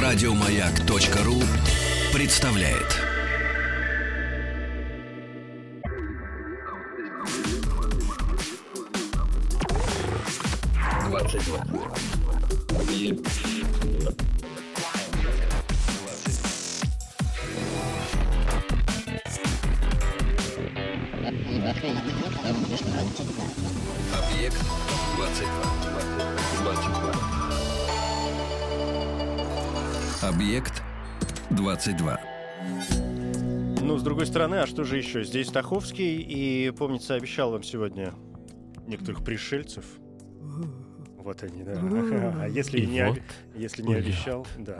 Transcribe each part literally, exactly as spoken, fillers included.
Радиомаяк.ру представляет. двадцать два. Объект двадцать два. двадцать два. Объект двадцать два. Ну, с другой стороны, а что же еще? Здесь Стаховский, и, помнится, обещал вам сегодня некоторых пришельцев. Вот они, да. А если не, вот оби... если не обещал, да.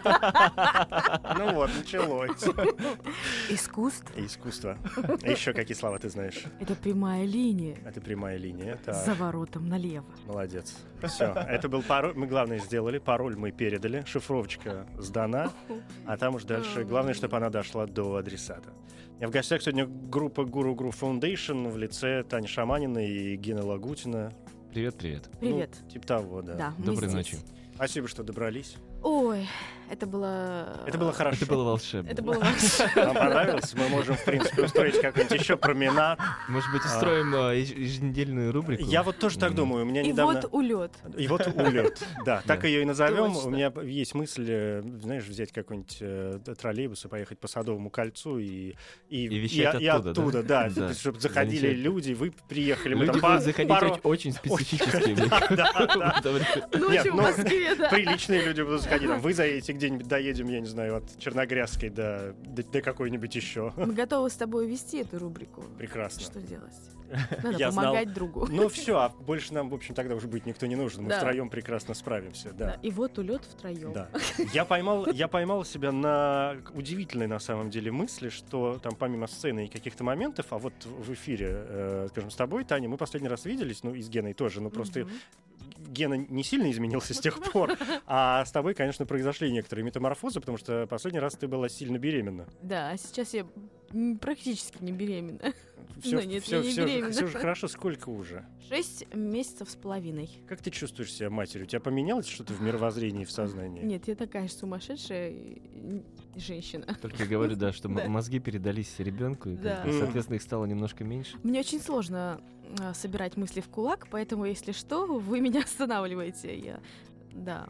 Ну вот, началось. Искусство. Искусство. А еще какие слова ты знаешь? Это прямая линия. Это прямая линия. За воротом налево. Молодец. Все. Это был пароль. Мы главное сделали. Пароль мы передали. Шифровочка сдана. А там уж дальше. Главное, чтобы она дошла до адресата. Я в гостях сегодня группа Guru Groove Foundation в лице Тани Шаманиной и Гены Лагутина. Привет, привет. Привет. Ну, типа того, да. Да, мы Доброй здесь. ночи. Спасибо, что добрались. Ой, это было... Это было хорошо. Это было волшебно. Это было волшебно. Вам понравилось? Мы можем, в принципе, устроить какой-нибудь еще променад. Может быть, устроим а, еж- еженедельную рубрику? Я вот тоже так М. думаю. У меня И недавно... вот улет. И вот улет. Да, так ее и назовем. Точно. У меня есть мысль, э, знаешь, взять какой-нибудь э, троллейбус и поехать по Садовому кольцу и и И вещать и оттуда, оттуда, да? да, Да. чтобы заходили Замечательно. люди, вы приехали, мы Люди там будут по- заходить пару- оч- очень специфические. мне Да, да, кажется. да. Потому Нет, Ночью в ну, Москве, да. Приличные люди будут заходить. Там, вы заедете где-нибудь, доедем, я не знаю, от Черногрязской до, до, до какой-нибудь еще. Мы готовы с тобой вести эту рубрику. Прекрасно. Что делать? Надо Я знал. помогать другу. Ну все, а больше нам, в общем, тогда уже быть никто не нужен. Мы Да. втроем прекрасно справимся. Да, Да. и вот улет втроем. Да. Я поймал, я поймал себя на удивительной на самом деле мысли, что там помимо сцены и каких-то моментов, а вот в эфире, э, скажем, с тобой, Таня, мы последний раз виделись, ну и с Геной тоже, ну просто Мгм. Гена не сильно изменился с тех пор, а с тобой, конечно, произошли некоторые метаморфозы, потому что последний раз ты была сильно беременна. Да, а сейчас я м, практически не беременна. Все, Ну, нет, все, я не все, же, беременна. все же хорошо, сколько уже? Шесть месяцев с половиной. Как ты чувствуешь себя матерью? У тебя поменялось что-то в мировоззрении, в сознании? Нет, я такая же сумасшедшая и- и женщина. Только я говорю, да, что м- Да. мозги передались ребенку, и, как Да. бы, соответственно, их стало немножко меньше. Мне очень сложно а, собирать мысли в кулак, поэтому, если что, вы меня останавливаете. Я... Да.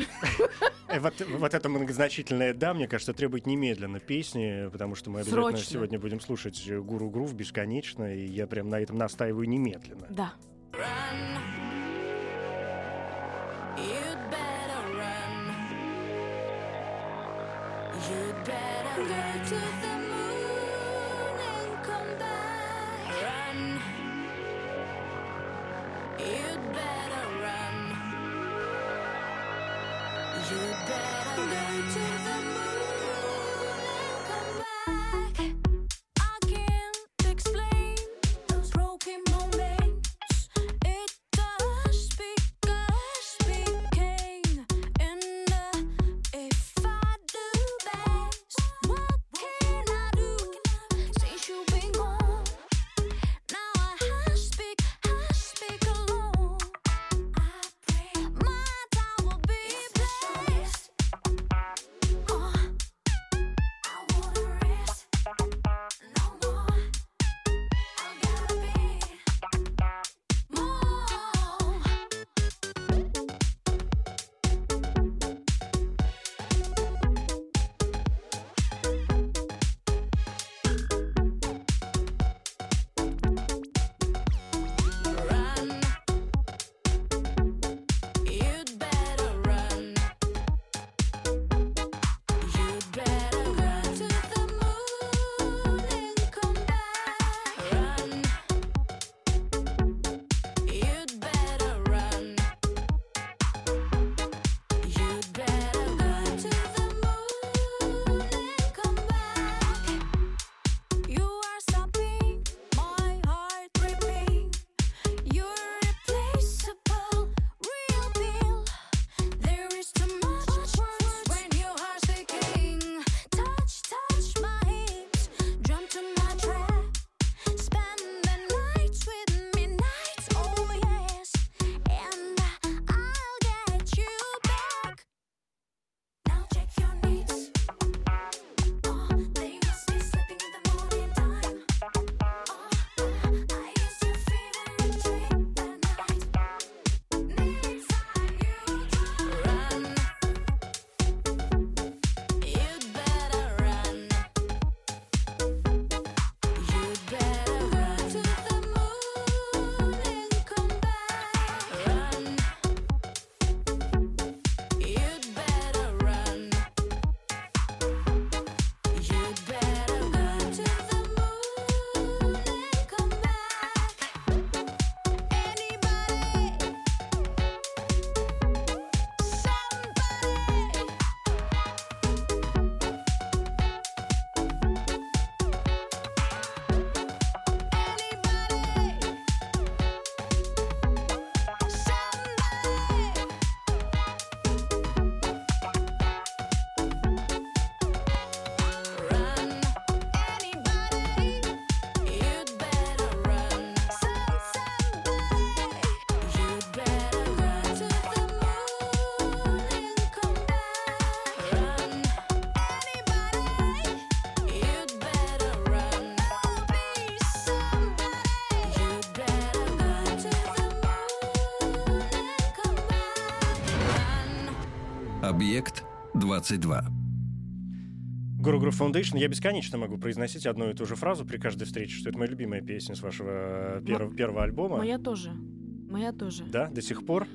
Э, Вот, вот это многозначительное «да», мне кажется, требует немедленно песни, потому что мы обязательно Срочно. сегодня будем слушать Guru Groove бесконечно, и я прям на этом настаиваю немедленно. Да. You'd better run. You'd better go to the moon and come back. Run. You'd better run. You'd better go to the moon and come back. I can't explain those broken moments. It does speak, speak pain. And uh, if I do best, what can I do? Since you've been gone, now I speak, I speak alone. I pray my time will be blessed. Oh. Объект двадцать два. Guru Group Foundation. Я бесконечно могу произносить одну и ту же фразу при каждой встрече, что это моя любимая песня с вашего первого, первого альбома. Моя тоже. Моя тоже. Да, до сих пор.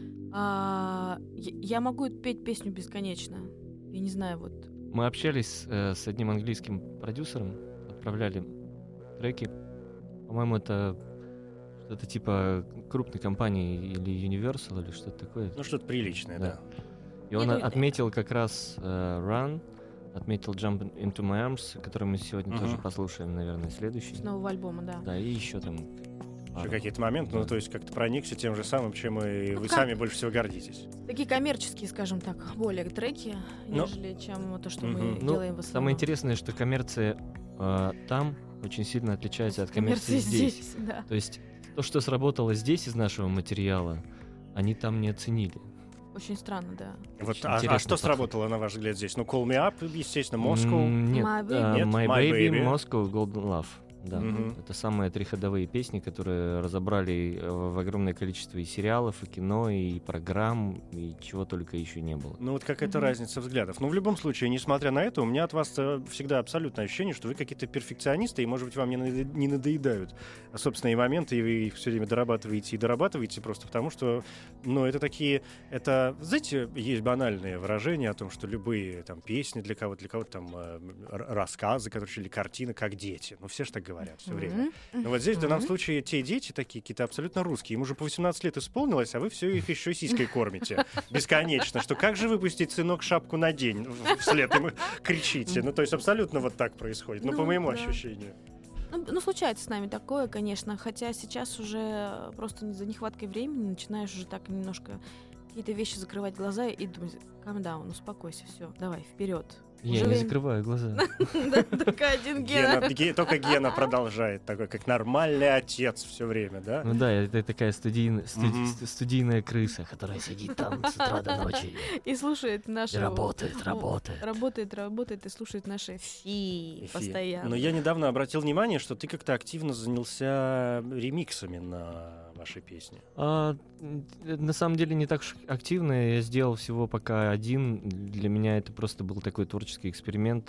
А, я, я могу петь песню бесконечно. Я не знаю, вот. Мы общались э, с одним английским продюсером, отправляли треки. По-моему, это что-то типа крупной компании или Universal, или что-то такое. Ну, что-то приличное, да. Да. И он Ну, отметил как раз э, Run, отметил Jump Into My Arms, который мы сегодня Мгм. тоже послушаем, наверное, следующий. С нового альбома, да. Да, и еще там Еще пару. какие-то моменты, ну, Да. то есть как-то проникся тем же самым, чем и Ну, вы как- сами больше всего гордитесь. Такие коммерческие, скажем так, более треки, Ну, нежели чем то, что мгм. мы Ну, делаем в основном. самое интересное, что коммерция э, там очень сильно отличается от коммерции Коммерция здесь. да. То есть то, что сработало здесь из нашего материала, они там не оценили. Очень странно, да. Вот, Очень а, а интересный что подход. сработало, на ваш взгляд, здесь? Ну, Call Me Up, естественно, Moscow. М, Нет, My э, Baby. Нет, My My Baby, Baby. Moscow, Golden Love. Да. Мгм. Это самые триходовые песни, которые разобрали э, в огромное количество и сериалов, и кино, и программ, и чего только еще не было. Ну, вот какая-то Мгм. разница взглядов. Но в любом случае, несмотря на это, у меня от вас э, всегда абсолютное ощущение, что вы какие-то перфекционисты, и, может быть, вам не, надо- не надоедают собственные моменты, и вы их все время дорабатываете и дорабатываете просто потому, что, ну, это такие, это, знаете, есть банальные выражения о том, что любые там песни для кого-то, для кого-то там э, р- рассказы, которые или картины, как дети. Ну, все же так говорят все время. Мгм. Но вот здесь в данном Мгм. случае те дети такие какие-то абсолютно русские. Им уже по восемнадцать лет исполнилось, а вы все их еще сиськой кормите. Бесконечно. Что как же выпустить, сынок, шапку надень? В- Вслед ему кричите. Ну, то есть абсолютно вот так происходит. Ну, по Ну, моему да. ощущению. Ну, ну, случается с нами такое, конечно. Хотя сейчас уже просто за нехваткой времени начинаешь уже так немножко какие-то вещи закрывать глаза и думать, calm down, успокойся, все, давай, вперед. Я Уже не время- закрываю глаза. Да, только один Гена, Гена. Ге- только Гена продолжает такой, как нормальный отец все время, да? Ну да, это такая студийная, студи- Мгм. ст- студийная крыса, которая сидит там с утра до ночи. И слушает наши... И работает, вот, работает. Работает, работает и слушает наши фи Эфир. постоянно. Но я недавно обратил внимание, что ты как-то активно занялся ремиксами на ваши песни. А, м, э, на самом деле не так уж активно. Я сделал всего пока один. Для меня это просто был такой творческий эксперимент.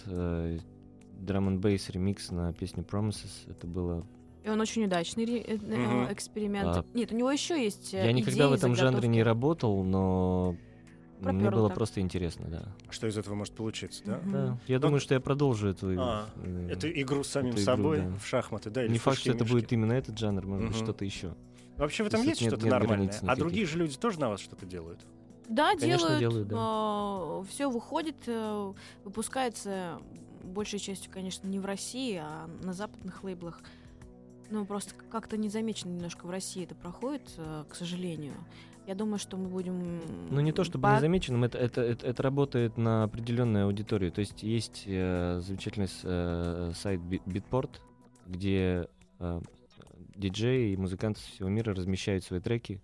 Драм н бейс ремикс на песню Promises. Это было... И он очень удачный ре- э, э, Мгм. эксперимент. А, Нет, у него еще есть э, Я никогда в идеи, этом жанре не заготовки. работал, но мне Пропёрло было так. просто интересно, да. Что из этого может получиться, да? Мгм. Да. Я Ну, думаю, что я продолжу эту... А, э, Эту игру с самим эту игру, собой да. в шахматы, да? или Не в факт, что это фишки-мышки? будет именно этот жанр, может быть, Мгм. что-то еще. Вообще в этом Если есть нет- что-то нет нормальное. границ А никаких. другие же люди тоже на вас что-то делают. Да, Конечно, делают. делают, Все выходит, э, выпускается большей частью, конечно, не в России, а на западных лейблах. Ну, просто как-то незамеченно немножко в России это проходит, э, к сожалению. Я думаю, что мы будем... Ну, не то чтобы по- незамеченным, это, это, это, это работает на определенную аудиторию. То есть есть э, замечательный с- э, сайт Би- Beatport, где э, диджеи и музыканты со всего мира размещают свои треки,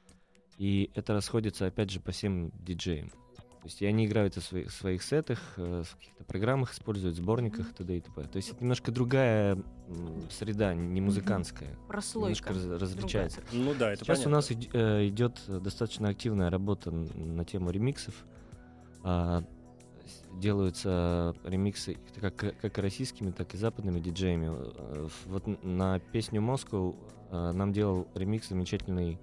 и это расходится, опять же, по всем диджеям. То есть и они играют в своих, своих сетах, э, в каких-то программах используют, сборниках, т.д. и т.п. То есть это немножко другая м, среда, не музыкантская. Прослойка. Немножко раз- различается. Ну да, это Сейчас понятно. у нас иди- э, идет достаточно активная работа н- на тему ремиксов. А, с- делаются ремиксы как, как российскими, так и западными диджеями. Э, ф- Вот н- на песню Moscow э, нам делал ремикс замечательный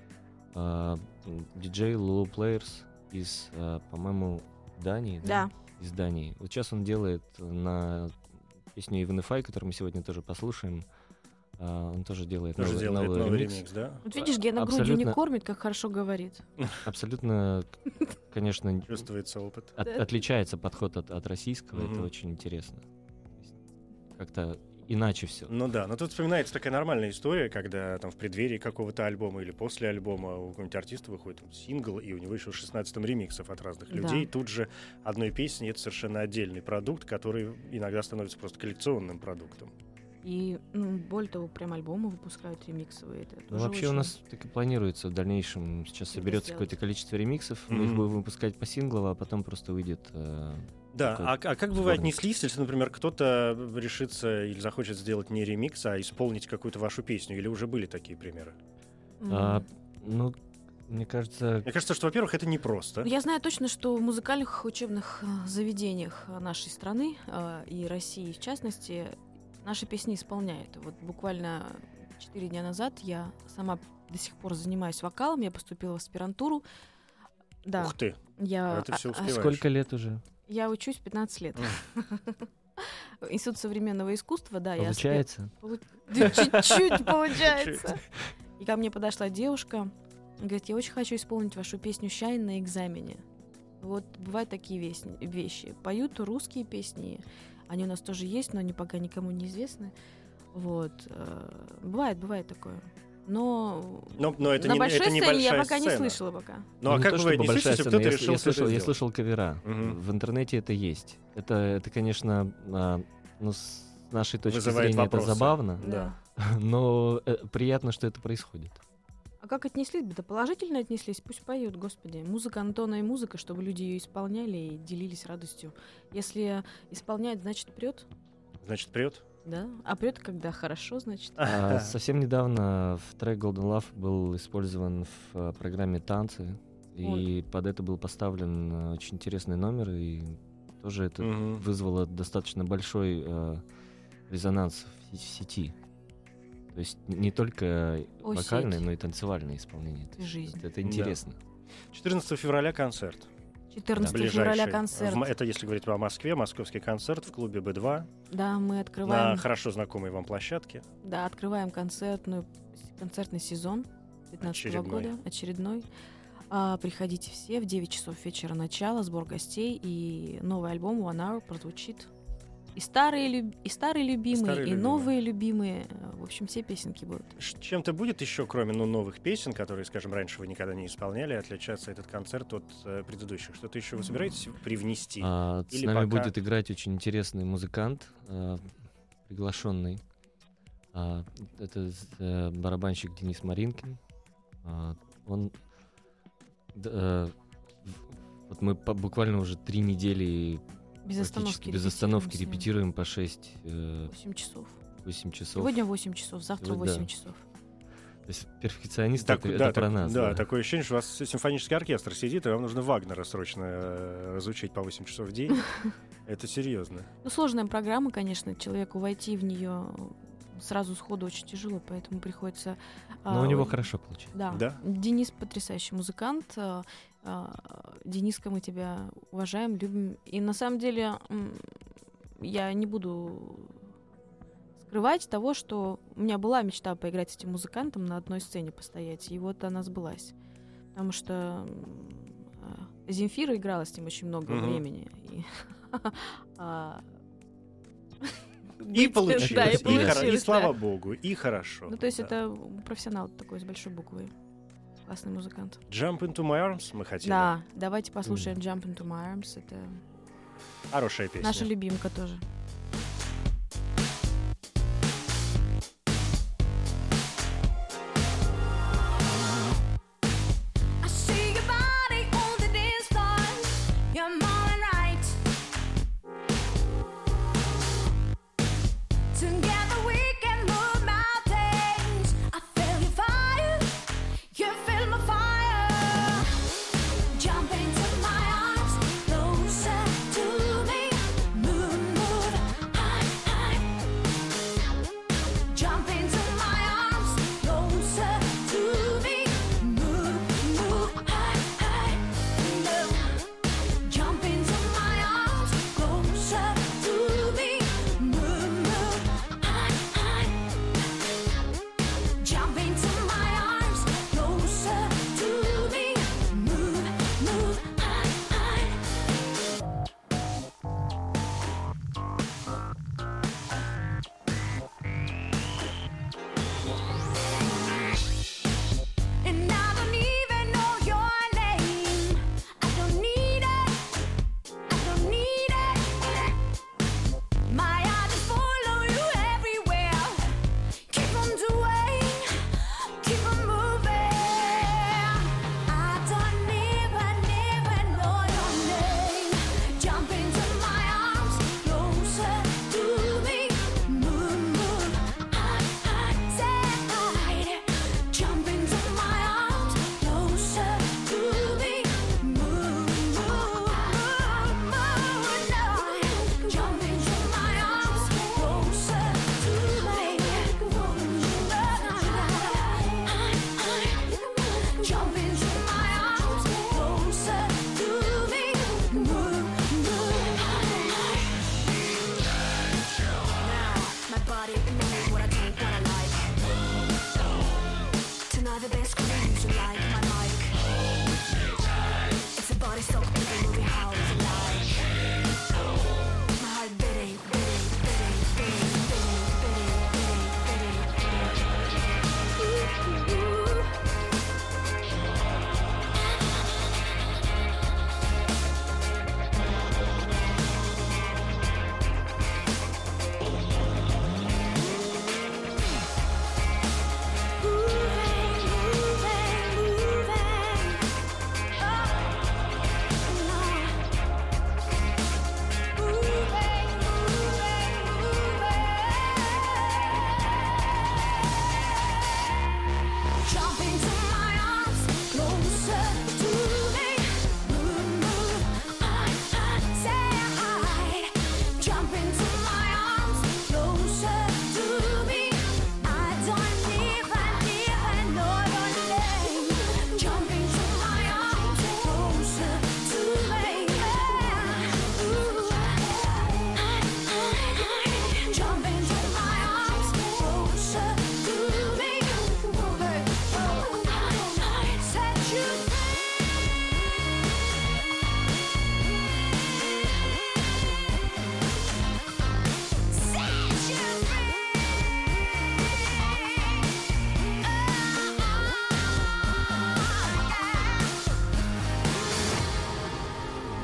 э, м, диджей Lulu Players из, э, по-моему, Дании. Да. Из Дании. Вот сейчас он делает на песню Even If I, которую мы сегодня тоже послушаем. а, Он тоже делает Тоже новый, делает новый новый ремикс. ремикс, да? Вот видишь, Гена грудью не Абсолютно. кормит, как хорошо говорит. Абсолютно, конечно, Чувствуется опыт. от- Да. отличается подход от, от российского. Мгм. Это очень интересно. То есть как-то иначе все. Ну да, но тут вспоминается такая нормальная история, когда там в преддверии какого-то альбома или после альбома у какого-нибудь артиста выходит там, сингл, и у него еще шестнадцать там ремиксов от разных Да. людей. Тут же одной песни это совершенно отдельный продукт, который иногда становится просто коллекционным продуктом. И, ну, более того, прям альбомы выпускают ремиксовые. Это Ну, тоже вообще у очень- нас так и планируется в дальнейшем. Сейчас Это соберется сделать. какое-то количество ремиксов. Мы их Мгм. будем выпускать по синглово, а потом просто выйдет. э, Да, такой а, а как бы вы сборник. отнеслись, если, например, кто-то решится или захочет сделать не ремикс, а исполнить какую-то вашу песню? Или уже были такие примеры? М. а, ну, Мне кажется, Мне кажется, что, во-первых, это непросто. Я знаю точно, что в музыкальных учебных э, заведениях э, нашей страны э, и России, в частности, наши песни исполняют. Вот буквально четыре дня назад я сама до сих пор занимаюсь вокалом, я поступила в аспирантуру. Да, Ух ты, я, а ты все а- а, успеваешь. сколько лет уже? я учусь пятнадцать лет. Институт современного искусства, да. я аспи- Получается? Полу- Да чуть-чуть получается. И ко мне подошла девушка, говорит, я очень хочу исполнить вашу песню «Shine» на экзамене. Вот бывают такие весни- вещи. Поют русские песни, они у нас тоже есть, но они пока никому не известны. Вот. э, Бывает, бывает такое. Но, Но, но это на не, большой это сцене небольшая я пока не сцена. слышала пока. Ну а не как то, бывает, чтобы не большая слышите, сцена, кто-то я, решил я что-то слышал, я сделать? слышал кавера. Мгм. В интернете это есть. Это, это конечно, а, ну, с нашей точки Вызывает зрения вопросы. это забавно, Да. но э, приятно, что это происходит. А как отнеслись бы? Да положительно отнеслись, пусть поют, господи. Музыка Антона и музыка, чтобы люди ее исполняли и делились радостью. Если исполняет, значит прет, Значит, прет? да? А прет, когда хорошо, значит. А, совсем недавно в трек Golden Love был использован в а, программе «Танцы», и под это был поставлен а, очень интересный номер, и тоже это Мгм. вызвало достаточно большой э, резонанс в, в сети. То есть н- не только О, вокальное, сеть. но и танцевальное исполнение. То есть Жизнь. Это, это интересно. четырнадцатого февраля концерт. четырнадцатого Ближайший. февраля В концерт. М- это если говорить о Москве, московский концерт в клубе Бэ два Да, мы на открываем, хорошо знакомой вам площадке. да, открываем концертную, концертный сезон пятнадцатого Очередной. года, очередной. А, приходите все в девять часов вечера начало, сбор гостей, и новый альбом One Hour прозвучит. И старые, люб- и старые любимые, Старые и любимые. новые любимые. В общем, все песенки будут. Ш- Чем-то будет еще, кроме ну, новых песен, которые, скажем, раньше вы никогда не исполняли, отличаться этот концерт от э, предыдущих? Что-то еще вы собираетесь привнести? А, с Или нами пока- будет играть очень интересный музыкант, э, приглашенный. А, это э, барабанщик Денис Маринкин. А, он д- э, в- вот мы по- буквально уже три недели Без практически остановки. без остановки репетируем с ним. репетируем по шесть-восемь восемь часов. часов. Сегодня восемь часов, завтра Вот да. восемь часов. То есть перфекционист Так, это, да, это про так- нас. да, да. такое ощущение, что у вас симфонический оркестр сидит, и вам нужно Вагнера срочно э, разучить по восемь часов в день. Это серьезно. Ну, сложная программа, конечно, человеку войти в нее сразу сходу очень тяжело, поэтому приходится... Но а, у него вот- хорошо получается. Да. Да? Денис потрясающий музыкант. а, а, Дениска, мы тебя уважаем, любим. И на самом деле м, я не буду скрывать того, что у меня была мечта поиграть с этим музыкантом на одной сцене постоять, и вот она сбылась. Потому что м, а, Земфира играла с ним очень много Мгм. времени. И, а, И быть- получилось. да, и и, хоро- и получилось, слава да. богу, и хорошо. Ну, то есть да. это профессионал такой с большой буквы. Классный музыкант. Jump into my arms мы хотели. Да, давайте послушаем Jump into my arms. Это Хорошая песня. наша любимка тоже. I see your body on the dance floor. You're more than right. Together we can move mountains. I feel your fire. You feel my fire. Jump into my arms, closer to me. Move, move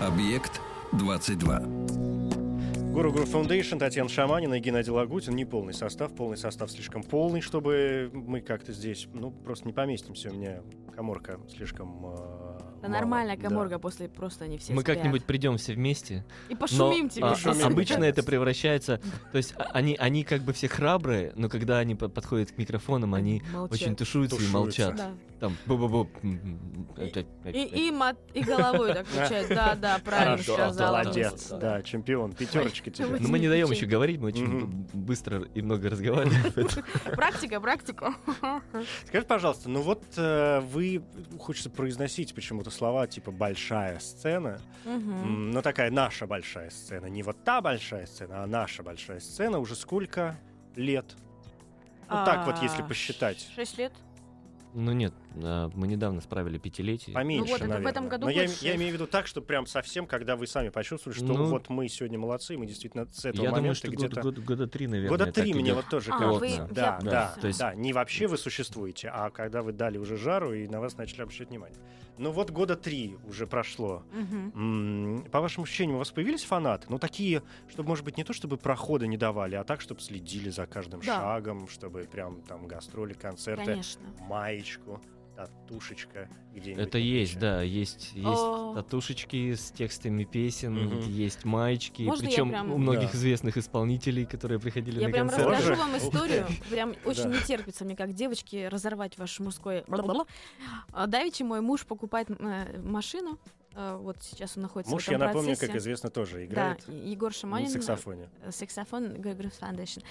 Объект двадцать два. Guru Group Foundation, Татьяна Шаманина и Геннадий Лагутин. Не полный состав, полный состав слишком полный, чтобы мы как-то здесь, ну, просто не поместимся. У меня каморка слишком э, Да мало. нормальная Да. каморка, после просто они все Мы спят. как-нибудь придем все вместе. И пошумим но, тебе. а, Пошумим. обычно это превращается... То есть а- они, они как бы все храбрые, но когда они по- подходят к микрофонам, они Молчат. очень тушуются, Тушуются. и молчат. Да. Там бу-бу-бу. м, м, И, и, мат- и головой так включает. Да, да, правильно Хорошо, сказала. молодец, да, чемпион, пятерочка тебе. Но мы не даем еще говорить, мы очень Мгм. б- быстро и много разговариваем. поэтому- Практика, практика. Скажите, пожалуйста, ну вот э, вы, хочется произносить почему-то слова типа «большая сцена», Мгм. М, но такая наша большая сцена, не вот та большая сцена, а наша большая сцена уже сколько лет? Вот так вот, если А, посчитать. Шесть лет? Ну нет, а, мы недавно справили пятилетие. Поменьше, Ну вот, это в наверное. этом году Но я, больше. я имею в виду так, что прям совсем, когда вы сами почувствовали, что Ну, вот мы сегодня молодцы, мы действительно с этого Я думаю, момента что год- где-то... год- года три, наверное. Года так три мне идет. вот тоже А, кажется. вы- я Да, поняла. да, То есть- да, не вообще вы существуете, а когда вы дали уже жару и на вас начали обращать внимание. Ну вот года три уже прошло. Мгм. М, По вашим ощущениям, у вас появились фанаты? Ну, такие, чтобы, может быть, не то, чтобы прохода не давали, а так, чтобы следили за каждым Да. шагом, чтобы прям там гастроли, концерты, Конечно. маечку, татушечка где-нибудь. Это на есть, плече. да, есть, есть О. татушечки с текстами песен, Мгм. есть маечки, Можно я причем прям- у многих Да. известных исполнителей, которые приходили Я на прям концерты. расскажу Тоже? вам Ух историю. ты. Прям очень Да. не терпится мне, как девочки, разорвать ваш мужской... бла-бла-бла. А, Давеча мой муж покупает э, машину. Э, Вот сейчас он находится Муж, в я этом напомню, процессе. как известно, тоже Да, играет Егор на Шаманин. саксофоне. э, Саксофон Guru Group Foundation.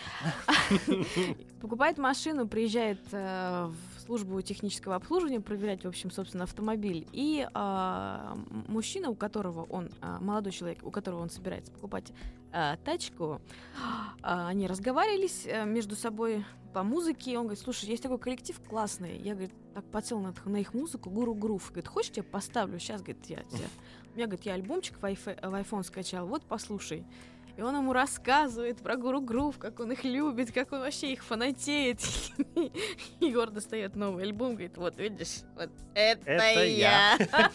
Покупает машину, приезжает э, в службу технического обслуживания проверять, в общем, собственно, автомобиль. И а, м- мужчина, у которого он, а, молодой человек, у которого он собирается покупать а, тачку, а, они разговаривались э, между собой по музыке. Он говорит: слушай, есть такой коллектив классный. Я, говорит, так подсел на, на их музыку, Guru Groove. Говорит, хочешь, я поставлю? Сейчас, говорит, я тебе... У меня, говорит, я альбомчик в, айфе- в iPhone скачал, вот послушай. И он ему рассказывает про Guru Groove, как он их любит, как он вообще их фанатеет. Егор достает новый альбом, говорит: вот видишь, вот это, Это я.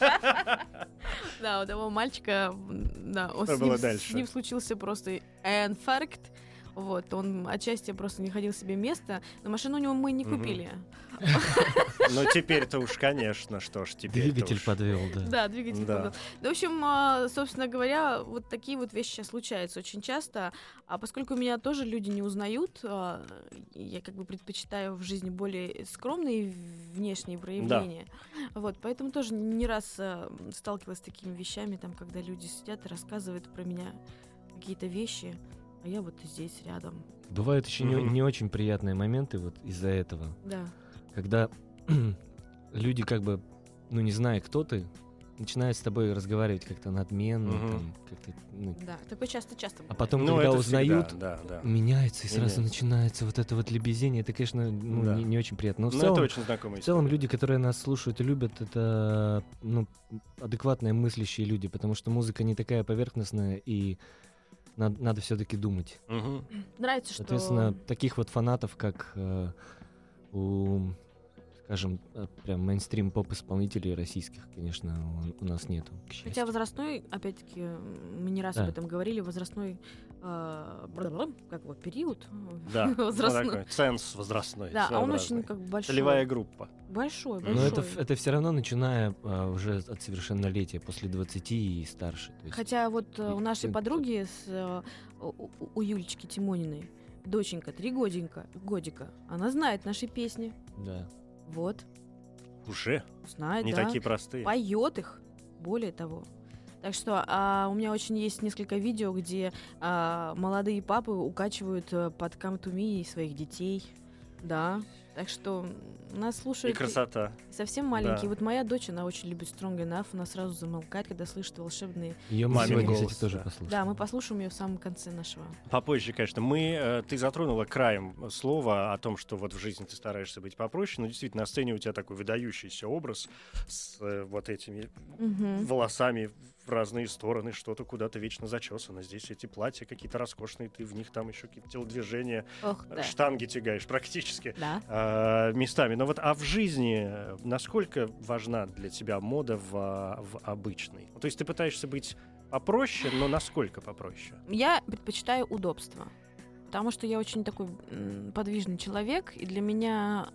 Да, у того мальчика, м, да, он Что с ним, было с дальше? ним случился просто инфаркт. Вот, он отчасти просто не находил себе места, но машину у него мы не Мгм. купили. Ну, теперь-то уж, конечно, что ж, теперь Двигатель подвел, да. Да, двигатель Да. подвел. Да, в общем, а, собственно говоря, вот такие вот вещи сейчас случаются очень часто. А поскольку меня тоже люди не узнают, а, я как бы предпочитаю в жизни более скромные внешние проявления. Вот, поэтому тоже не раз а, сталкивалась с такими вещами, там, когда люди сидят и рассказывают про меня какие-то вещи, а я вот здесь рядом. Бывают еще не, Мгм. не очень приятные моменты вот из-за этого, Да. когда люди как бы, ну не зная, кто ты, начинают с тобой разговаривать как-то надменно, Мгм. там, как-то, ну, Да, такое часто-часто а бывает. потом, Ну, когда это узнают, всегда, да, да. меняется, и сразу Меняется. начинается вот это вот лебезение. Это, конечно, ну, Да. не, не очень приятно. Но в Ну, целом, это очень знакомый. в целом люди, которые нас слушают и любят, это ну, адекватные мыслящие люди, потому что музыка не такая поверхностная, и надо, надо все-таки думать. Нравится, что... Соответственно, таких вот фанатов, как э, у, скажем, э, прям мейнстрим поп-исполнителей российских, конечно, у, у нас нету, к счастью. Хотя возрастной, опять-таки, м, мы не раз Да. об этом говорили, возрастной, э, бла-бла-бла, как его, период Да, ну, возрастной. такой ценз возрастной. Да, а он своеобразный. очень как бы большой. Целевая группа. Большой, Но большой. это, ф- это все равно начиная а, уже от совершеннолетия, после двадцати и старше. То есть, Хотя вот э, у нашей и- подруги, с, э, у, у- у Юлечки Тимониной, доченька, три годенька, годика, она знает наши песни. да. Вот, Уже знает, не да. такие простые. Поет их, более того. Так что а, у меня очень есть несколько видео, где а, молодые папы укачивают а, под Come to Me своих детей. Да. Так что нас И слушают красота. совсем маленькие. Да. Вот моя дочь, она очень любит Strong Enough, она сразу замолкает, когда слышит волшебные. Ее мы Мамин сегодня, голос, кстати, тоже да. послушаем. Да, мы послушаем ее в самом конце нашего. Попозже, конечно. Мы, э, ты затронула краем слова о том, что вот в жизни ты стараешься быть попроще, но действительно на сцене у тебя такой выдающийся образ с э, вот этими Мгм. волосами в разные стороны, что-то куда-то вечно зачесано. Здесь эти платья какие-то роскошные, ты в них там еще какие-то телодвижения, Ох, да. штанги тягаешь практически. Да. А, э, местами. Но вот, а в жизни э, насколько важна для тебя мода в, в обычной? То есть ты пытаешься быть попроще, но насколько попроще? Я предпочитаю удобство. Потому что я очень такой м, подвижный человек, и для меня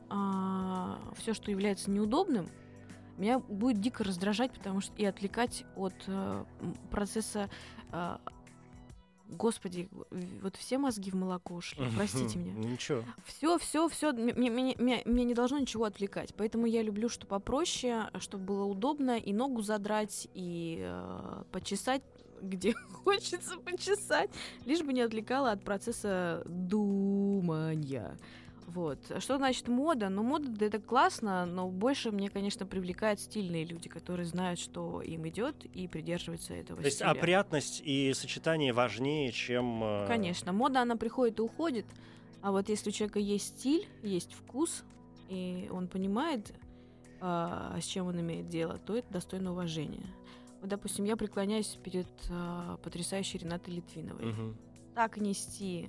все, что является неудобным, меня будет дико раздражать, потому что и отвлекать от э, м, процесса. э, Господи, вот все мозги в молоко ушли, простите меня. Ничего. Все, все, все, меня не должно ничего отвлекать. Поэтому я люблю, что попроще, чтобы было удобно, и ногу задрать, и э, почесать, где хочется почесать, лишь бы не отвлекало от процесса думания. Вот. Что значит мода? Ну, мода да, это классно, но больше мне, конечно, привлекают стильные люди, которые знают, что им идет, и придерживаются этого То есть стиля. опрятность и сочетание важнее, чем... э, Конечно, мода, она приходит и уходит, а вот если у человека есть стиль, есть вкус, и он понимает, а, с чем он имеет дело, то это достойно уважения. Вот, допустим, я преклоняюсь перед а, потрясающей Ренатой Литвиновой. Мгм. Так нести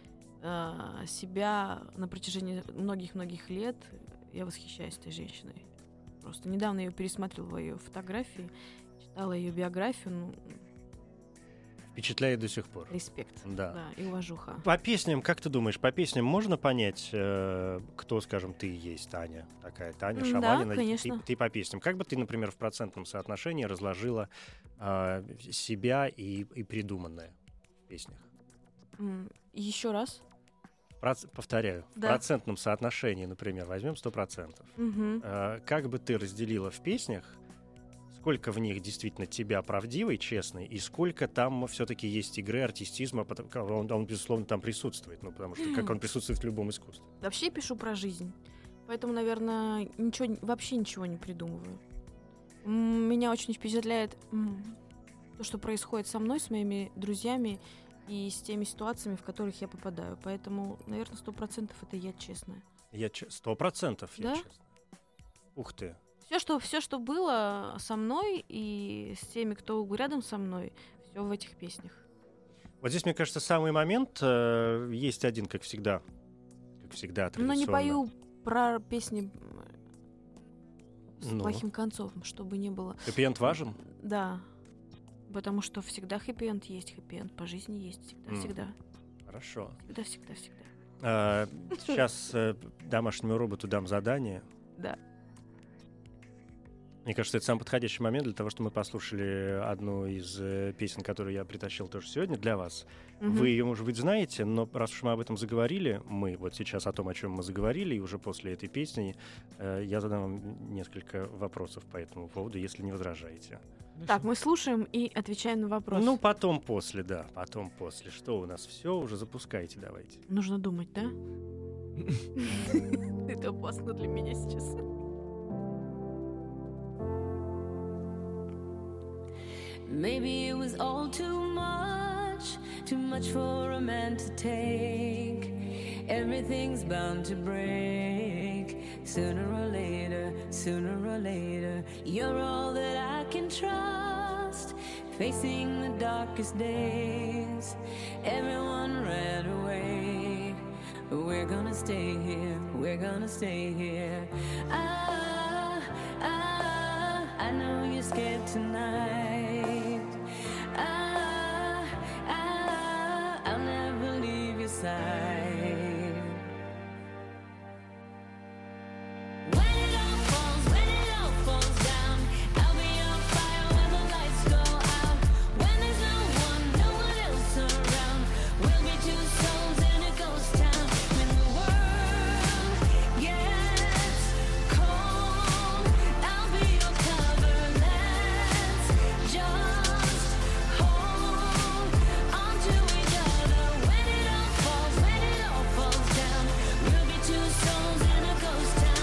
а, себя на протяжении многих-многих лет, я восхищаюсь этой женщиной. Просто недавно ее пересматривала, ее фотографии, читала ее биографию, ну, Впечатляет до сих пор. респект, Да. да, и уважуха. По песням, как ты думаешь, по песням можно понять, э, кто, скажем, ты есть, Таня? Такая Таня Да, Шаманина. конечно. Ты, ты по песням. Как бы ты, например, в процентном соотношении разложила э, себя и, и придуманное в песнях? М, Еще раз. Проц- повторяю, Да. в процентном соотношении, например, возьмем сто процентов. Мгм. Э, как бы ты разделила в песнях, сколько в них действительно тебя правдивой, честной, и сколько там все-таки есть игры, артистизма, потому- он, он, безусловно, там присутствует, ну, потому что как он присутствует в любом искусстве. Вообще пишу про жизнь. Поэтому, наверное, ничего, вообще ничего не придумываю. М, Меня очень впечатляет м, то, что происходит со мной, с моими друзьями и с теми ситуациями, в которых я попадаю. Поэтому, наверное, сто процентов это я честная. Я че- сто процентов, я Да? честно. Ух ты. Все, что, все, что было со мной и с теми, кто рядом со мной, все в этих песнях. Вот здесь, мне кажется, самый момент э, есть один, как всегда. Как всегда, Но не традиционно. пою про песни с Ну. плохим концом, чтобы не было. Хэппи-энд важен? Да. Потому что всегда хэппи-энд есть, хэппи-энд по жизни есть. Всегда, М. всегда. Хорошо. Всегда, всегда, всегда. А, сейчас э, домашнему роботу дам задание. Да. Мне кажется, это самый подходящий момент для того, чтобы мы послушали одну из э, песен, которую я притащил тоже сегодня для вас. Мгм. Вы ее, может быть, знаете, но раз уж мы об этом заговорили, мы вот сейчас о том, о чем мы заговорили, и уже после этой песни э, я задам вам несколько вопросов по этому поводу, если не возражаете. Так, мы слушаем и отвечаем на вопрос. Ну, потом после, да, потом после. Что у нас все, уже запускайте, давайте. Нужно думать, да? Это опасно для меня сейчас. Maybe it was all too much, too much for a man to take. Everything's bound to break. Sooner or later, sooner or later, you're all that I can trust. Facing the darkest days, everyone ran away. We're gonna stay here, we're gonna stay here. Ah, ah, I know you're scared tonight. Ah, ah, I'll never leave your side. When it all falls, when it all falls down, I'll be on fire when the lights go out. When there's no one, no one else around, we'll be two souls in a ghost town. When the world gets cold, I'll be your cover. Let's just hold on to each other. When it all falls, when it all falls down, we'll be two souls in a ghost town.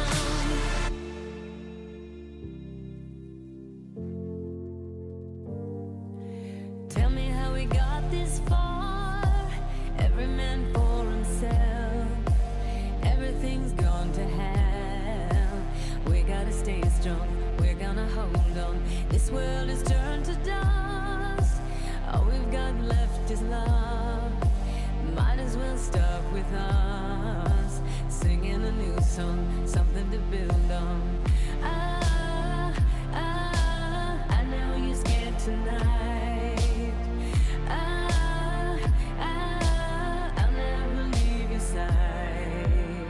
Tell me how we got this far. Every man for himself. Everything's gone to hell. We gotta stay strong. We're gonna hold on. This world is turned to dust. All we've got left is love. Might as well start with us. Singing in a new song, something to build on. Ah, ah, I know you're scared tonight. Ah, ah, I'll never leave your side.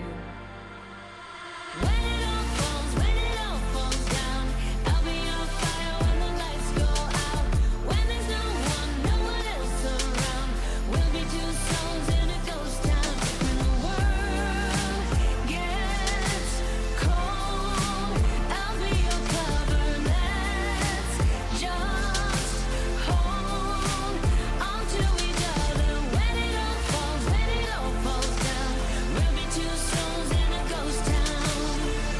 When it all falls, when it all falls down, I'll be on fire when the lights go out. When there's no one, no one else around, we'll be two souls in a ghost town. When the world gets cold, I'll be your cover. Let's just hold on to each other. When it all falls, when it all falls down, we'll be two souls in a ghost town.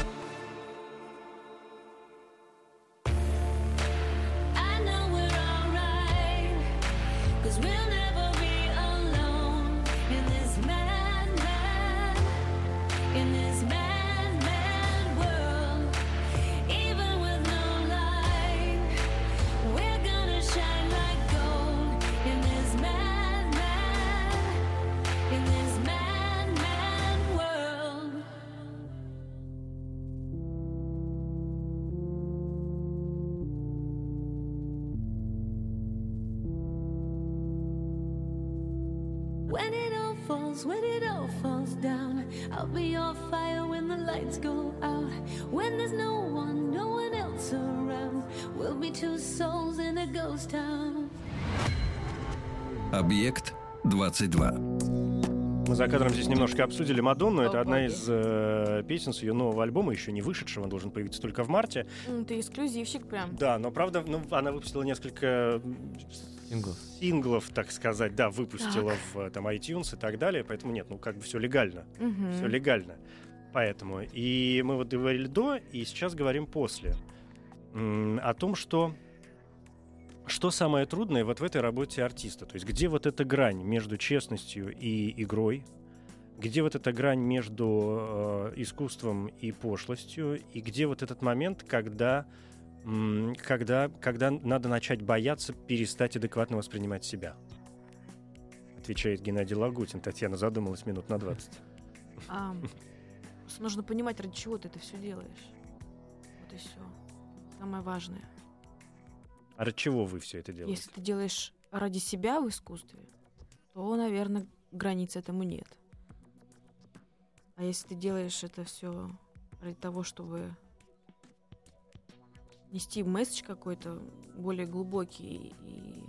I know we're alright, 'cause we'll never be alone in this mad, mad, in this mad, mad world. Even with no light, we're gonna shine like gold in this mad, mad, in this mad, mad world. When it all falls, when it all falls down, I'll be your fire when the lights go out. When there's no one, no one else around, we'll be two souls in a ghost town. Объект двадцать два. Мы за кадром здесь немножко обсудили Мадонну. Это О, одна боги. из э, песен с ее нового альбома, еще не вышедшего, он должен появиться только в марте. М, Ты эксклюзивщик прям. Да, но правда, ну, она выпустила несколько Синглов. синглов, так сказать, да, выпустила Так. в там iTunes и так далее, поэтому нет, ну как бы все легально, Мгм. все легально. Поэтому и мы вот говорили до, и сейчас говорим после м, о том, что что самое трудное вот в этой работе артиста, то есть где вот эта грань между честностью и игрой, где вот эта грань между э, искусством и пошлостью, и где вот этот момент, когда м, когда, когда надо начать бояться перестать адекватно воспринимать себя. Отвечает Геннадий Лагутин. Татьяна задумалась минут на двадцать. А, просто нужно понимать, ради чего ты это все делаешь. Вот и все. Самое важное. А ради чего вы все это делаете? Если ты делаешь ради себя в искусстве, то, наверное, границ этому нет. А если ты делаешь это все ради того, чтобы нести месседж какой-то более глубокий и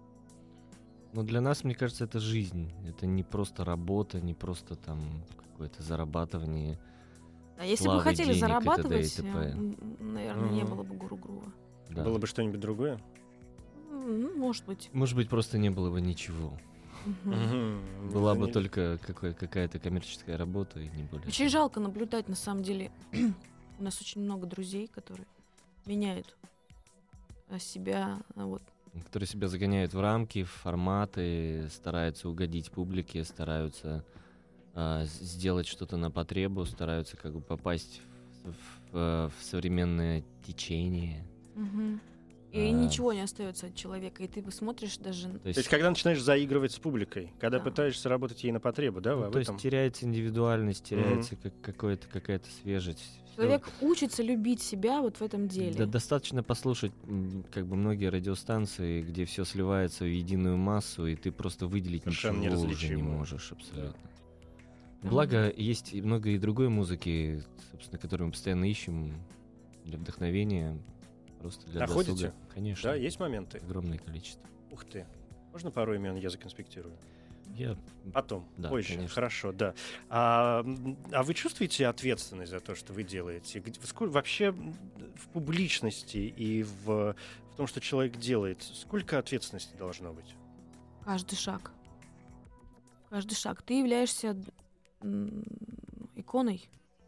Но для нас, мне кажется, это жизнь. Это не просто работа, не просто там какое-то зарабатывание. А если бы Славы, мы хотели денег и зарабатывать, т.д. и т.п. м, наверное, не Мгм. было бы Гуру Грува. Да. Было бы что-нибудь другое? М, Ну, может быть. Может быть, просто не было бы ничего. Мгм. Мгм. Была бы Не- только какой- какая-то коммерческая работа и не более. Очень жалко наблюдать, на самом деле. У нас очень много друзей, которые меняют а, себя. а, Вот. Которые себя загоняют в рамки, в форматы, стараются угодить публике, стараются а, с- сделать что-то на потребу, стараются как бы попасть в, в, э, в современное течение. Мгм. И А. ничего не остается от человека. И ты посмотришь даже... То То есть, есть, когда начинаешь заигрывать с публикой, когда Да. пытаешься работать ей на потребу, да, ну, вы об то этом? есть теряется индивидуальность, теряется как, какое-то, какая-то свежесть. Всё. Человек учится любить себя вот в этом деле. Да, достаточно послушать м, как бы многие радиостанции, где все сливается в единую массу, и ты просто выделить Совершенно ничего уже не неразличимую. можешь абсолютно. Да. Благо, есть и много и другой музыки, собственно, которую мы постоянно ищем для вдохновения, просто для Находите? досуга. Конечно. Да, есть моменты. Огромное количество. Ух ты. Можно пару имен я законспектирую? Я... Потом, Да, позже. конечно. Хорошо, да. А, м, а вы чувствуете ответственность за то, что вы делаете? Где- сколь- вообще м, в публичности и в, в том, что человек делает, сколько ответственности должно быть? Каждый шаг. Каждый шаг. Ты являешься м, иконой.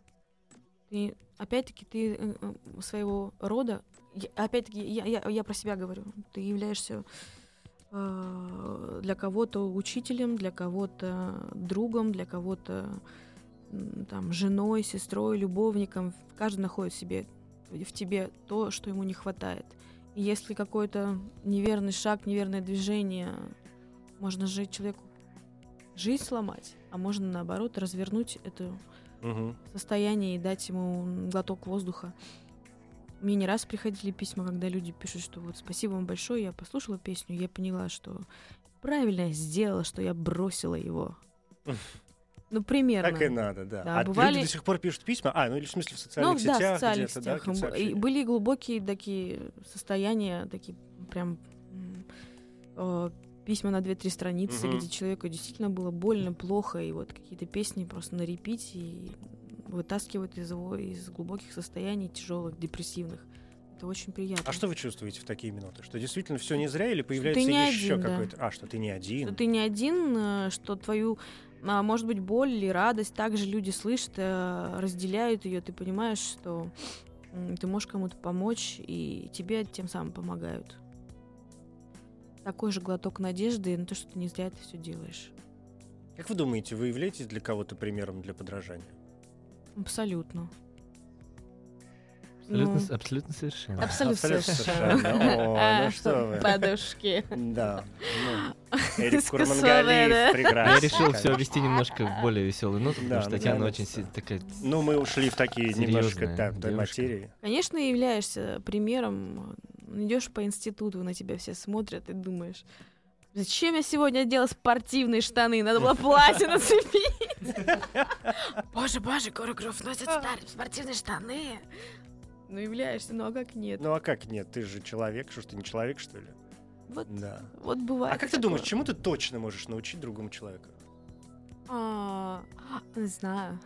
Ты, опять-таки, ты э, э, своего рода... я- опять-таки, я, я, я про себя говорю. Ты являешься э, для кого-то учителем, для кого-то другом, для кого-то м, там, женой, сестрой, любовником. Каждый находит в себе, в тебе то, что ему не хватает. И если какой-то неверный шаг, неверное движение, можно же человеку жизнь сломать, а можно, наоборот, развернуть эту Мгм. состояние и дать ему глоток воздуха. Мне не раз приходили письма, когда люди пишут, что вот спасибо вам большое, я послушала песню, я поняла, что правильно я сделала, что я бросила его. Ну, примерно. Так и надо, да. Да, а бывали- люди до сих пор пишут письма? А, ну или в смысле в Ну, социальных да, сетях в социальных где-то, да, сетях. какие-то И сообщения? были глубокие такие состояния, такие прям м, э, письма на две-три страницы, Мгм. где человеку действительно было больно, плохо, и вот какие-то песни просто на репите и вытаскивают из его из глубоких состояний, тяжелых, депрессивных. Это очень приятно. А что вы чувствуете в такие минуты? Что действительно все не зря или появляется ты не еще один, да. какой-то... А, что ты не один? Что ты не один, э, что твою, а, может быть, боль или радость также люди слышат, э, разделяют ее. Ты понимаешь, что м, ты можешь кому-то помочь, и тебе тем самым помогают. Такой же глоток надежды на то, что ты не зря это все делаешь. Как вы думаете, вы являетесь для кого-то примером для подражания? Абсолютно. Абсолютно, Ну, с- абсолютно совершенно. Абсолютно совершенно. О, А, ну что вы. Подушки. Да. Ну, Эрик Сказала, Курмангалиев да. прекрасно. Я решил все конечно. вести немножко в более веселую ноту, потому Да, что ну, Татьяна да, очень да. си- такая... Ну, мы ушли в такие немножко Серьезная да, до девушка. материи. Конечно, являешься примером. Идешь по институту, на тебя все смотрят и думаешь, зачем я сегодня одела спортивные штаны? Надо было платье нацепить. Боже, боже, Горограф носит старые спортивные штаны. Ну, являешься, ну а как нет? Ну, а как нет? Ты же человек. Что ж, ты не человек, что ли? Вот, Да. вот бывает. А как ты такое. думаешь, чему ты точно можешь научить другому человеку? А, Не знаю.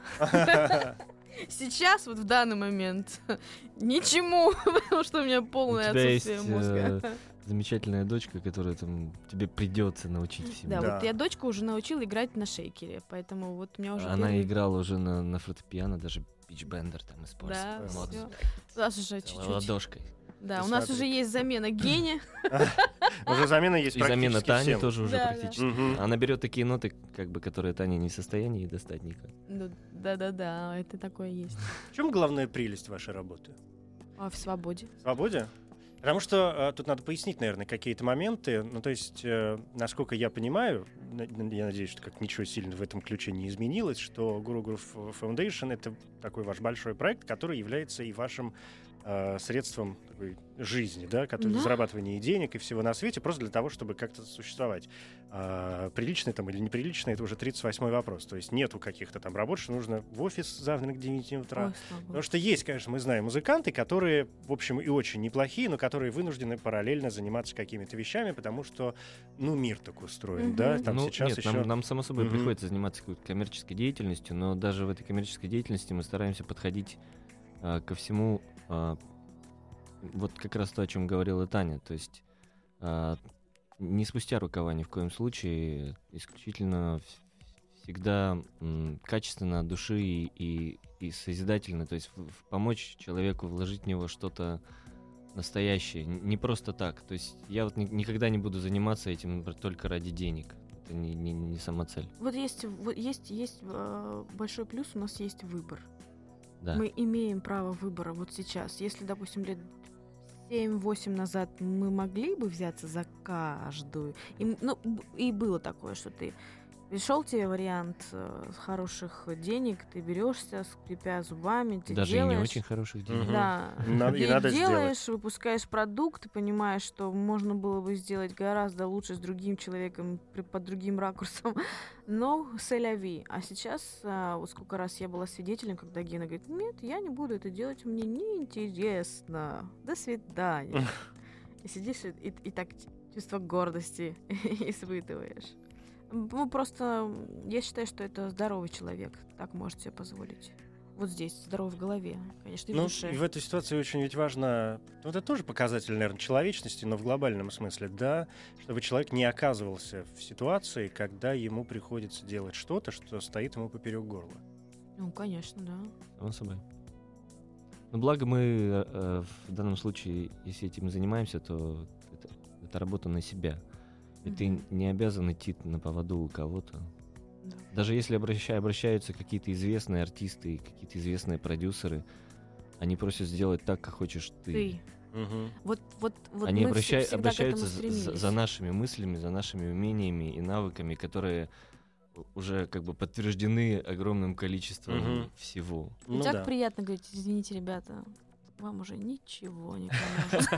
Сейчас, вот в данный момент, ничему, потому что у меня полное У тебя отсутствие есть, мозга. э, Замечательная дочка, которая там тебе придется научить всему. Да, Да. вот я дочку уже научила играть на шейкере, поэтому вот у меня уже Она первый- играла уже на, на фортепиано, даже питчбендер там использовала. Да, Вот, всё. У нас уже целой чуть-чуть. ладошкой. Да, Ты у нас смотри. уже есть замена Гене. Уже замена есть И замена практически Тани всем. тоже уже Да, да. практически. Мгм. Она берет такие ноты, как бы, которые Таня не в состоянии достать никак. Ну, да-да-да, это такое есть. В чем главная прелесть вашей работы? А в свободе. В свободе? Потому что э, тут надо пояснить, наверное, какие-то моменты. Ну, то есть, э, насколько я понимаю, на- я надеюсь, что как ничего сильно в этом ключе не изменилось, что Guru Groove Foundation — это такой ваш большой проект, который является и вашим э, средством такой жизни, да, который, Да. зарабатывания денег и всего на свете, просто для того, чтобы как-то существовать. А, прилично там или неприлично — это уже тридцать восьмой вопрос. То есть нету каких-то там работ, что нужно в офис завтра к девяти утра. Ой, слава богу. Потому что есть, конечно, мы знаем музыканты, которые, в общем, и очень неплохие, но которые вынуждены параллельно заниматься какими-то вещами, потому что, ну, мир так устроен, Мгм. да, там ну, сейчас нет, еще... нам, нам, само собой, Мгм. приходится заниматься какой-то коммерческой деятельностью, но даже в этой коммерческой деятельности мы стараемся подходить а, ко всему, а, вот как раз то, о чем говорила Таня, то есть а, не спустя рукава ни в коем случае, исключительно в- всегда м, качественно от души и, и, и созидательно, то есть в- в помочь человеку вложить в него что-то настоящее, н- не просто так. То есть я вот ни- никогда не буду заниматься этим только ради денег. Это не, не, не сама цель. Вот есть, вот есть, есть э, большой плюс, у нас есть выбор. Да. Мы имеем право выбора вот сейчас. Если, допустим, лет семь-восемь назад мы могли бы взяться за каждую, и, м- ну, б- и было такое, что ты пришел тебе вариант э, хороших денег, ты берешься, скрипя зубами, ты Даже и делаешь. не очень хороших денег. Мгм. Да. Надо- и Ты надо делаешь, выпускаешь продукт, ты понимаешь, что можно было бы сделать гораздо лучше с другим человеком, при- под другим ракурсом, но сэляви. А сейчас, а, вот сколько раз я была свидетелем, когда Гена говорит, нет, я не буду это делать, мне неинтересно, до свидания. И сидишь и, и- и так чувство гордости испытываешь. Ну, просто я считаю, что это здоровый человек, так может себе позволить. Вот здесь, здоровый в голове, конечно, и в Ну, душе. и в этой ситуации очень ведь важно, ну, это тоже показатель, наверное, человечности, но в глобальном смысле, да, чтобы человек не оказывался в ситуации, когда ему приходится делать что-то, что стоит ему поперек горла. Ну, конечно, да. Само собой. Но благо мы э, э, в данном случае, если этим занимаемся, то это, это работа на себя. И ты Мгм. не обязан идти на поводу у кого-то. Да. Даже если обраща- обращаются какие-то известные артисты и какие-то известные продюсеры, они просят сделать так, как хочешь ты. Ты. Мгм. Вот, вот, вот Они мы обращай- всегда к обращаются этому за, за- стремились. за нашими мыслями, за нашими умениями и навыками, которые уже как бы подтверждены огромным количеством Мгм. всего. И Ну так да. приятно говорить, извините, ребята, вам уже ничего не поможет.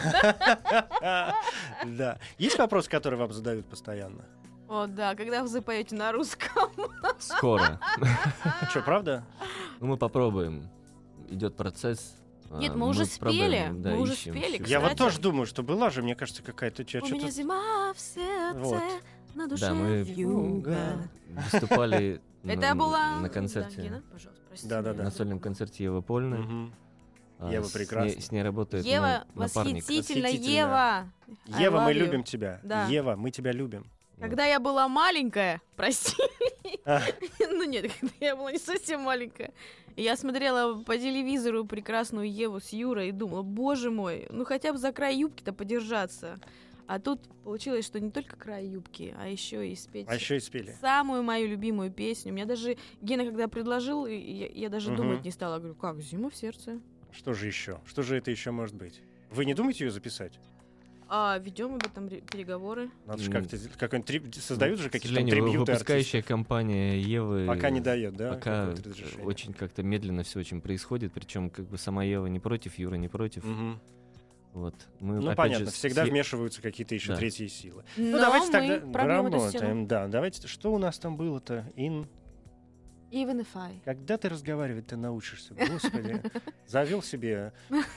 Да. Есть вопрос, который вам задают постоянно? О, да, когда вы запоете на русском. Скоро. Что, правда? Ну, мы попробуем. Идет процесс. Нет, а, мы уже пробуем, спели, да, мы уже ищем спели, всё. Я вот Кстати. тоже думаю, что была же, мне кажется, какая-то... чё- У чё-то- меня зима в сердце, Вот. на душе Да, мы вьюга. выступали Это на, была... на Да, концерте, Гена, пожалуйста, простите Да-да-да. меня. на сольном концерте Евы Польны. Мгм. А, Ева с прекрасна. ней- С ней работает Ева, мой напарник. восхитительно, Восхитительно. Ева. I Ева, мы love you. любим тебя. Да. Ева, мы тебя любим. Когда я была маленькая, прости, А. ну нет, когда я была не совсем маленькая, я смотрела по телевизору прекрасную Еву с Юрой и думала, боже мой, ну хотя бы за край юбки-то подержаться. А тут получилось, что не только край юбки, а еще и спеть А еще и спели. самую мою любимую песню. У меня даже Гена, когда предложил, и я, я даже Мгм. думать не стала. Говорю, как, «Зима в сердце». Что же еще? Что же это еще может быть? Вы не думаете ее записать? А ведем об этом ре- переговоры. Надо же М. как-то сделать- какой-нибудь три- создают же К какие-то там сожалению, вы- трибьюты выпускающая компания Евы артистов. Пока не дает, да? пока какое-то разрешение? очень как-то медленно все очень происходит, причем как бы сама Ева не против, Юра не против. Мгм. Вот. Мы, Ну, опять понятно, же, всегда с Е- вмешиваются какие-то еще Да. третьи силы. Но Ну, давайте мы тогда пробьем эту стену. работаем. Да, давайте. Что у нас там было-то? Ин... Even if I. Когда ты разговаривать-то научишься? Господи. Завел себе...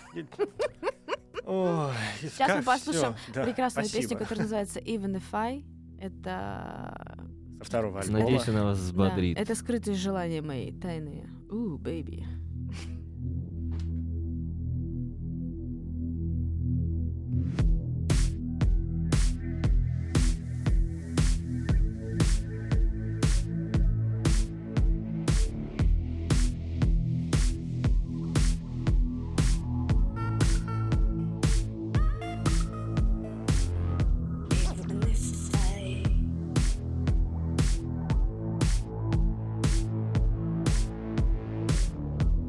Ой, Сейчас мы как послушаем всё. Да, прекрасную спасибо. песню, которая называется Even if I. Это... Со второго альбома. Надеюсь, она вас да, взбодрит. это скрытые желания мои, тайные. Ooh, baby. Even if I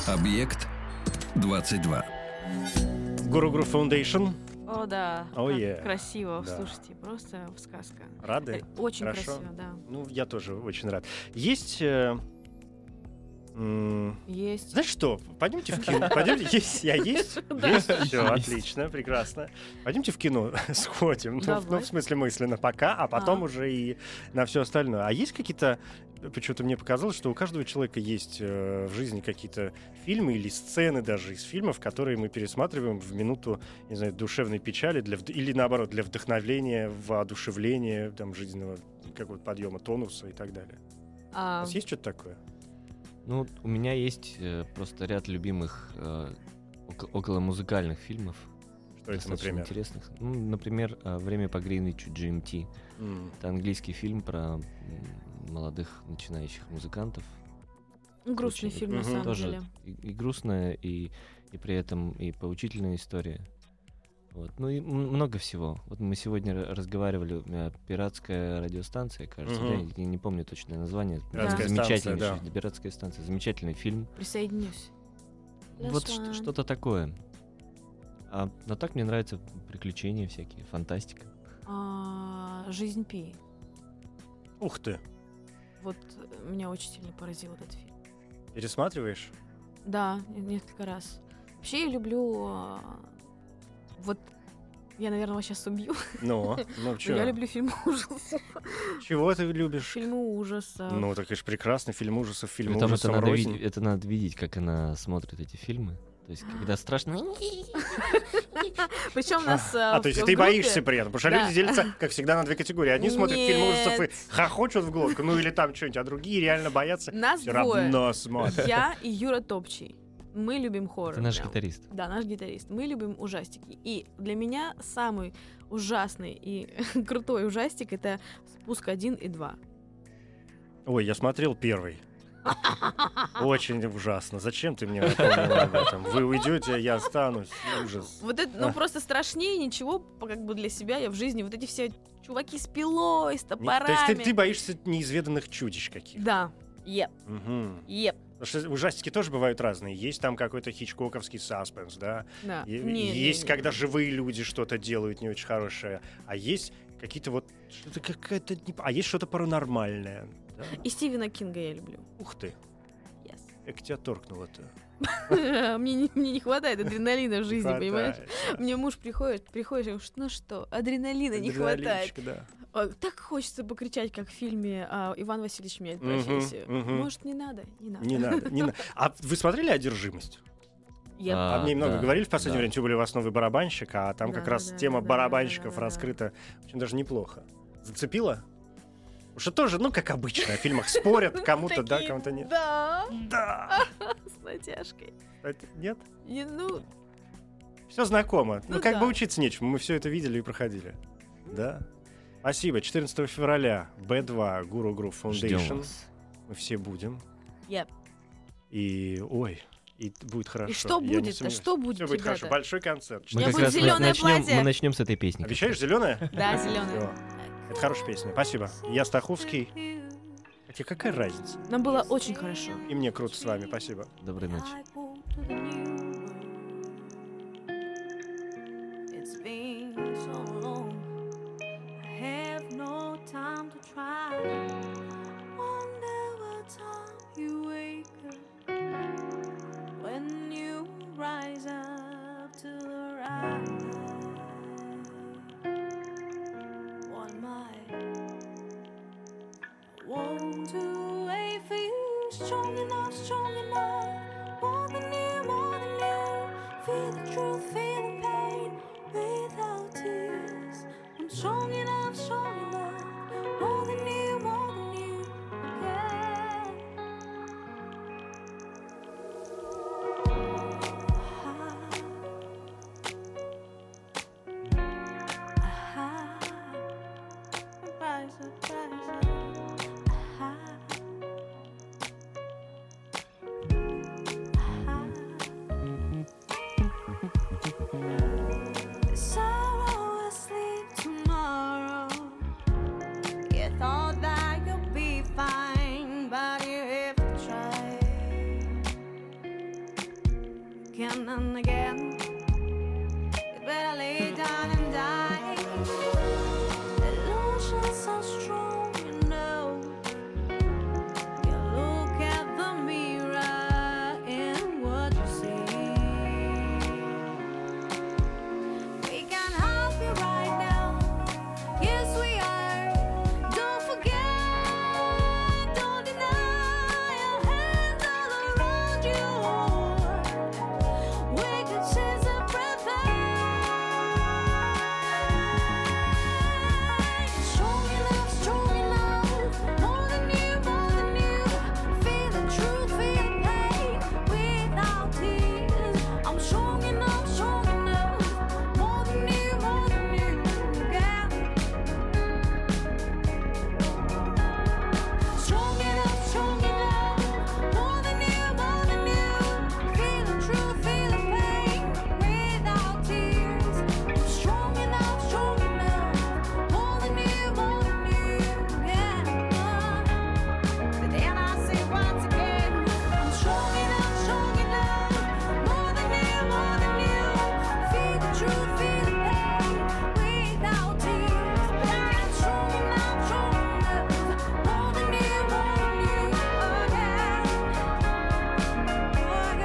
Объект двадцать два. Guru Group Foundation. О, да. Oh, как yeah. красиво. Да. Слушайте, просто сказка. Рады? Э, Очень Хорошо. красиво, да. Ну, я тоже очень рад. Есть... э, м, Есть. Знаешь что? Пойдемте в кино. Пойдемте. Есть, я есть. Да. Есть. Все, Есть. отлично, прекрасно. Пойдемте в кино сходим. Ну, в- Ну, Давай. в смысле мысленно пока, а потом А. уже и на все остальное. А есть какие-то... Почему-то мне показалось, что у каждого человека есть э, в жизни какие-то фильмы или сцены даже из фильмов, которые мы пересматриваем в минуту, не знаю, душевной печали для, вд- или наоборот для вдохновления, воодушевления, там, жизненного какого-то подъема тонуса и так далее. У А, вас есть что-то такое? Ну, у меня есть э, просто ряд любимых э, око- околомузыкальных фильмов. Что это, достаточно например? интересных. Ну, например, э, «Время по Гринвичу» джи эм ти. М. Это английский фильм про м, молодых начинающих музыкантов. грустный Очень- фильм, на Мгм. самом Тоже деле. и, и грустная, и, и при этом и поучительная история. Вот. Ну и м- много всего. Вот мы сегодня р- разговаривали, э, пиратская радиостанция, кажется, Мгм. да, я не помню точное название. Пиратская Замечательный станция, фильм, пиратская станция, замечательный фильм. Присоединюсь. Вот Last ш- one. что-то такое. А, но так мне нравятся приключения всякие, фантастика. А, «Жизнь Пи». Ух ты! Вот э, меня очень сильно поразил этот фильм. Пересматриваешь? Да, не- несколько раз. Вообще я люблю... а, Вот я, наверное, вас сейчас убью. Ну, ну Но чё? я люблю фильмы ужасов. Чего ты любишь? Фильмы ужасов. Ну, так это же прекрасный фильм ужасов, фильм Притом это ужасов надо, рознь. видеть, это надо видеть, как она смотрит эти фильмы. То есть, когда страшно... Причем у нас... А, то есть ты боишься при этом, потому что Да. люди делятся, как всегда, на две категории. Одни смотрят фильмы ужасов и Нет. хохочут в глотку, ну или там что-нибудь, а другие реально боятся, Нас все двое. равно смотрят. Я и Юра Топчий. Мы любим хоррор. Это наш прям. гитарист. Да, наш гитарист. Мы любим ужастики. И для меня самый ужасный и крутой ужастик — это «Спуск один и два». Ой, я смотрел первый. Очень ужасно. Зачем ты мне напомнила об этом? Вы уйдете, я останусь. Ужас. Вот это, ну, А. просто страшнее ничего, по- как бы для себя я в жизни. Вот эти все чуваки с пилой, с Не- топорами. То есть ты, ты боишься неизведанных чудищ каких-то? Да. Еп, Мгм. еп. Потому что ужастики тоже бывают разные. Есть там какой-то хичкоковский саспенс, да? Да. И- Не, не, есть, не. когда живые люди что-то делают не очень хорошее. А есть какие-то вот... Что-то какая-то... не- А есть что-то паранормальное. Да? И Стивена Кинга я люблю. Ух ты. Yes. Как тебя торкнуло-то? мне, не, мне не хватает адреналина в жизни, Хватает, понимаешь? да. Мне муж приходит, приходит, и говорит, ну что, адреналина не хватает. Адреналинчик, да. О, так хочется покричать, как в фильме а, «Иван Васильевич меняет Мгм, профессию». мгм. Может, не надо? Не надо. Не надо, не надо. А вы смотрели «Одержимость»? Еп. А, А мне много да, говорили в последнее да. время, тем более у вас новый барабанщик, а там Да, как раз да, тема да, да, барабанщиков да, да, да. раскрыта очень даже неплохо. Зацепила? Потому что тоже, ну, как обычно, в фильмах спорят, кому-то да, Такие, кому-то нет. Да, Да. с натяжкой. Это нет? Не, ну, Все знакомо. Ну, Ну как да. бы учиться нечему, мы все это видели и проходили. Да. Спасибо. четырнадцатого февраля би два Guru Group Ждем Foundation. вас. Мы все будем. еп. И, ой, и будет хорошо. И что Я не будет-то? сомневаюсь. Что будет, Всё будет ребята? хорошо. Большой концерт. У меня как будет раз на- зелёное начнем, платье. мы начнем с этой песни. Обещаешь зеленая? Да, зеленая. Это хорошая песня. Спасибо. Я Стаховский. Хотя какая разница? Нам было очень хорошо. И мне круто с вами. Спасибо. Доброй ночи. I go to the new world. It's been so long. I have no time to try. Wonder what time you wake up when you rise up to the rise. One might want to wait for you, strong enough, strong enough. More than you, more than you. Feel the truth, feel the pain without tears. I'm strong enough, strong enough. More than you, more than you. Yeah. Aha. Aha. Rise up, rise up. Aha. again and again. You better lay down and die. Illusions so strong, you know. You look at the mirror and what you see. We can help you right now. Yes, we are. Don't forget, don't deny. Our hands all around you. We could chase everything. Strong enough, strong enough. More than you, more than you. Feel the truth, feel the pain without tears. I'm strong enough, strong enough. More than you, more than you. Yeah. Strong enough, strong enough. More than you, more than you. Feel the truth, feel the pain without tears. I'm strong enough, strong enough. More than you, more than you. Yeah. But then I say once again, I'm strong enough, strong enough. More than you, more than you. Feel the truth, feel the pain without tears. But I'm strong enough, strong enough. More than you, more than you. Oh yeah. Oh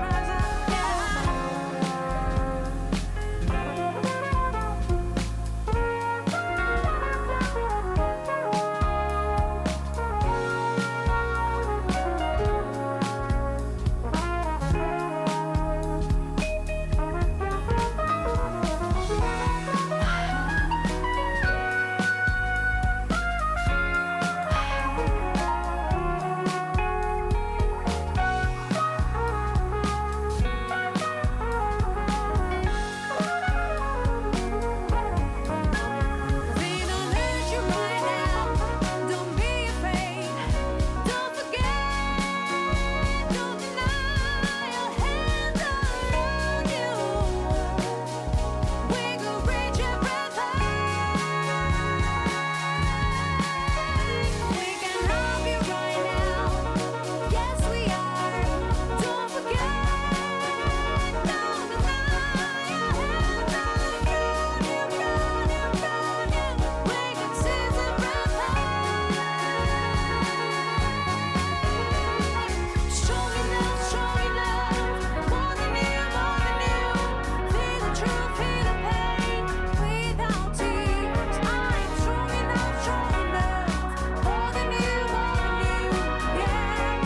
They don't hurt you right now. Don't be afraid. Don't forget. Don't deny. Your hands are around you. We could reach everything. We can help you right now. Yes, we are. Don't forget. Don't deny. Your hands are around you, around you, around you. We could seize everything. Strong enough, strong enough. More than you, more than you. Feel the truth, feel the pain without tears. I'm strong enough, strong enough. More than you, more than you. Yeah.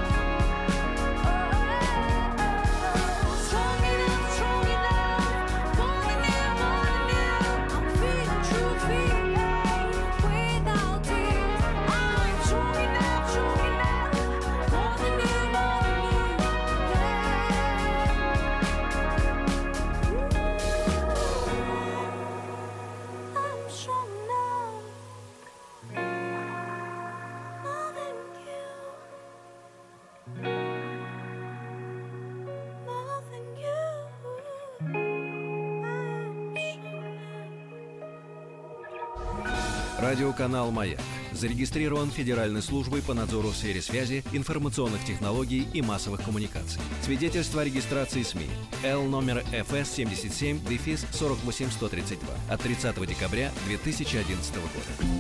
Strong enough, strong enough. More than you, more than you. I'm feeling truth, feel the pain without tears. I'm strong enough, strong enough. More than you, more than you. Yeah. I'm strong enough. More than you. More than you. I'm strong enough. Радиоканал «Маяк» зарегистрирован Федеральной службой по надзору в сфере связи, информационных технологий и массовых коммуникаций. Свидетельство о регистрации СМИ Л номер эф эс семьдесят семь сорок восемь сто тридцать два от тридцатого декабря две тысячи одиннадцатого года.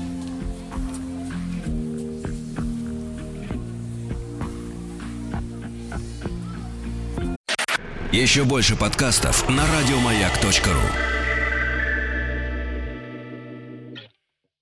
Еще больше подкастов на радиомаяк точка ру.